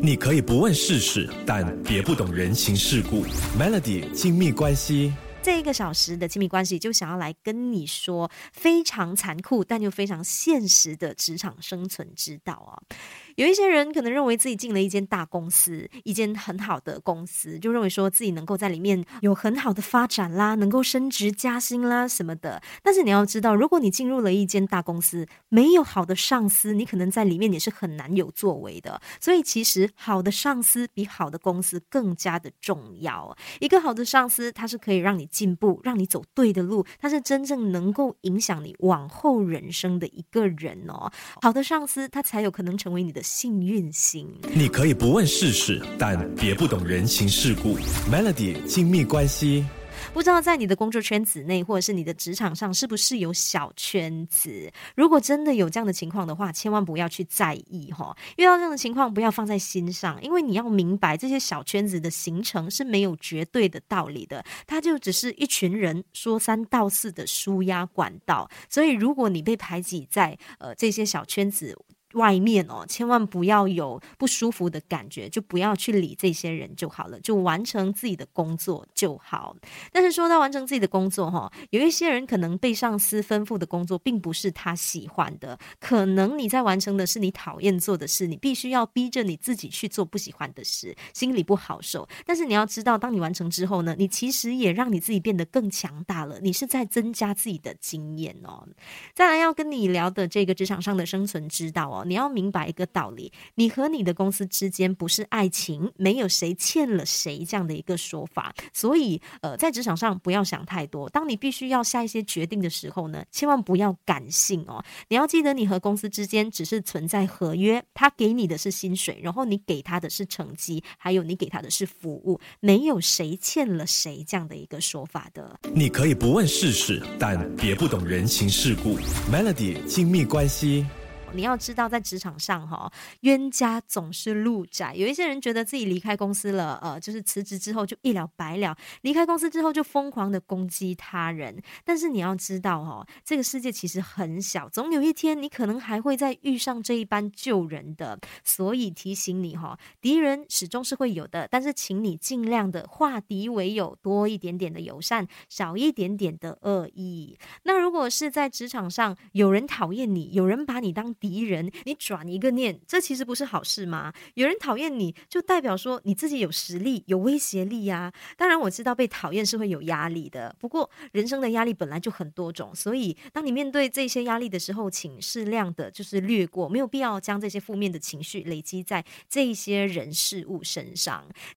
你可以不问世事，但别不懂人情世故。Melody 亲密关系。 这1个小时的亲密关系就想要来跟你说非常残酷但又非常现实的职场生存之道啊。有一些人可能认为自己进了一间大公司，一间很好的公司，就认为说自己能够在里面有很好的发展啦，能够升职加薪啦什么的。但是你要知道，如果你进入了一间大公司，没有好的上司，你可能在里面也是很难有作为的。所以其实好的上司比好的公司更加的重要。一个好的上司，他是可以让你进步，让你走对的路，他是真正能够影响你往后人生的一个人哦。好的上司，他才有可能成为你的幸运星。 你可以不问世事，但别不懂人情世故。Melody 亲密关系。 不知道在你的工作圈子内，或者是你的职场上，是不是有小圈子？如果真的有这样的情况的话，千万不要去在意哈。遇到这样的情况，不要放在心上，因为你要明白，这些小圈子的形成是没有绝对的道理的，它就只是一群人说三道四的抒压管道。所以，如果你被排挤在这些小圈子外面哦，千万不要有不舒服的感觉，就不要去理这些人就好了，就完成自己的工作就好。但是说到完成自己的工作有一些人可能被上司吩咐的工作并不是他喜欢的，可能你在完成的是你讨厌做的事，你必须要逼着你自己去做不喜欢的事，心里不好受。但是你要知道，当你完成之后呢，你其实也让你自己变得更强大了，你是在增加自己的经验哦。再来要跟你聊的这个职场上的生存之道哦，你要明白一个道理，你和你的公司之间不是爱情，没有谁欠了谁这样的一个说法。所以在职场上不要想太多，当你必须要下一些决定的时候呢，千万不要感性哦。你要记得，你和公司之间只是存在合约，他给你的是薪水，然后你给他的是成绩，还有你给他的是服务，没有谁欠了谁这样的一个说法的。 你可以不问世事，但别不懂人情世故。Melody 亲密关系。 你要知道，在职场上冤家总是路窄。有一些人觉得自己离开公司了，就是辞职之后就一了百了，离开公司之后就疯狂的攻击他人。但是你要知道这个世界其实很小，总有一天你可能还会再遇上这一班救人的。所以提醒你敌人始终是会有的，但是请你尽量的化敌为友，多一点点的友善，少一点点的恶意。那如果是在职场上有人讨厌你，有人把你当敌人，你转一个念，这其实不是好事吗？有人讨厌你，就代表说你自己有实力，有威胁力啊。当然我知道被讨厌是会有压力的，不过人生的压力本来就很多种，所以当你面对这些压力的时候，请适量的就是略过，没有必要将这些负面的情绪累积在这些人事物身上。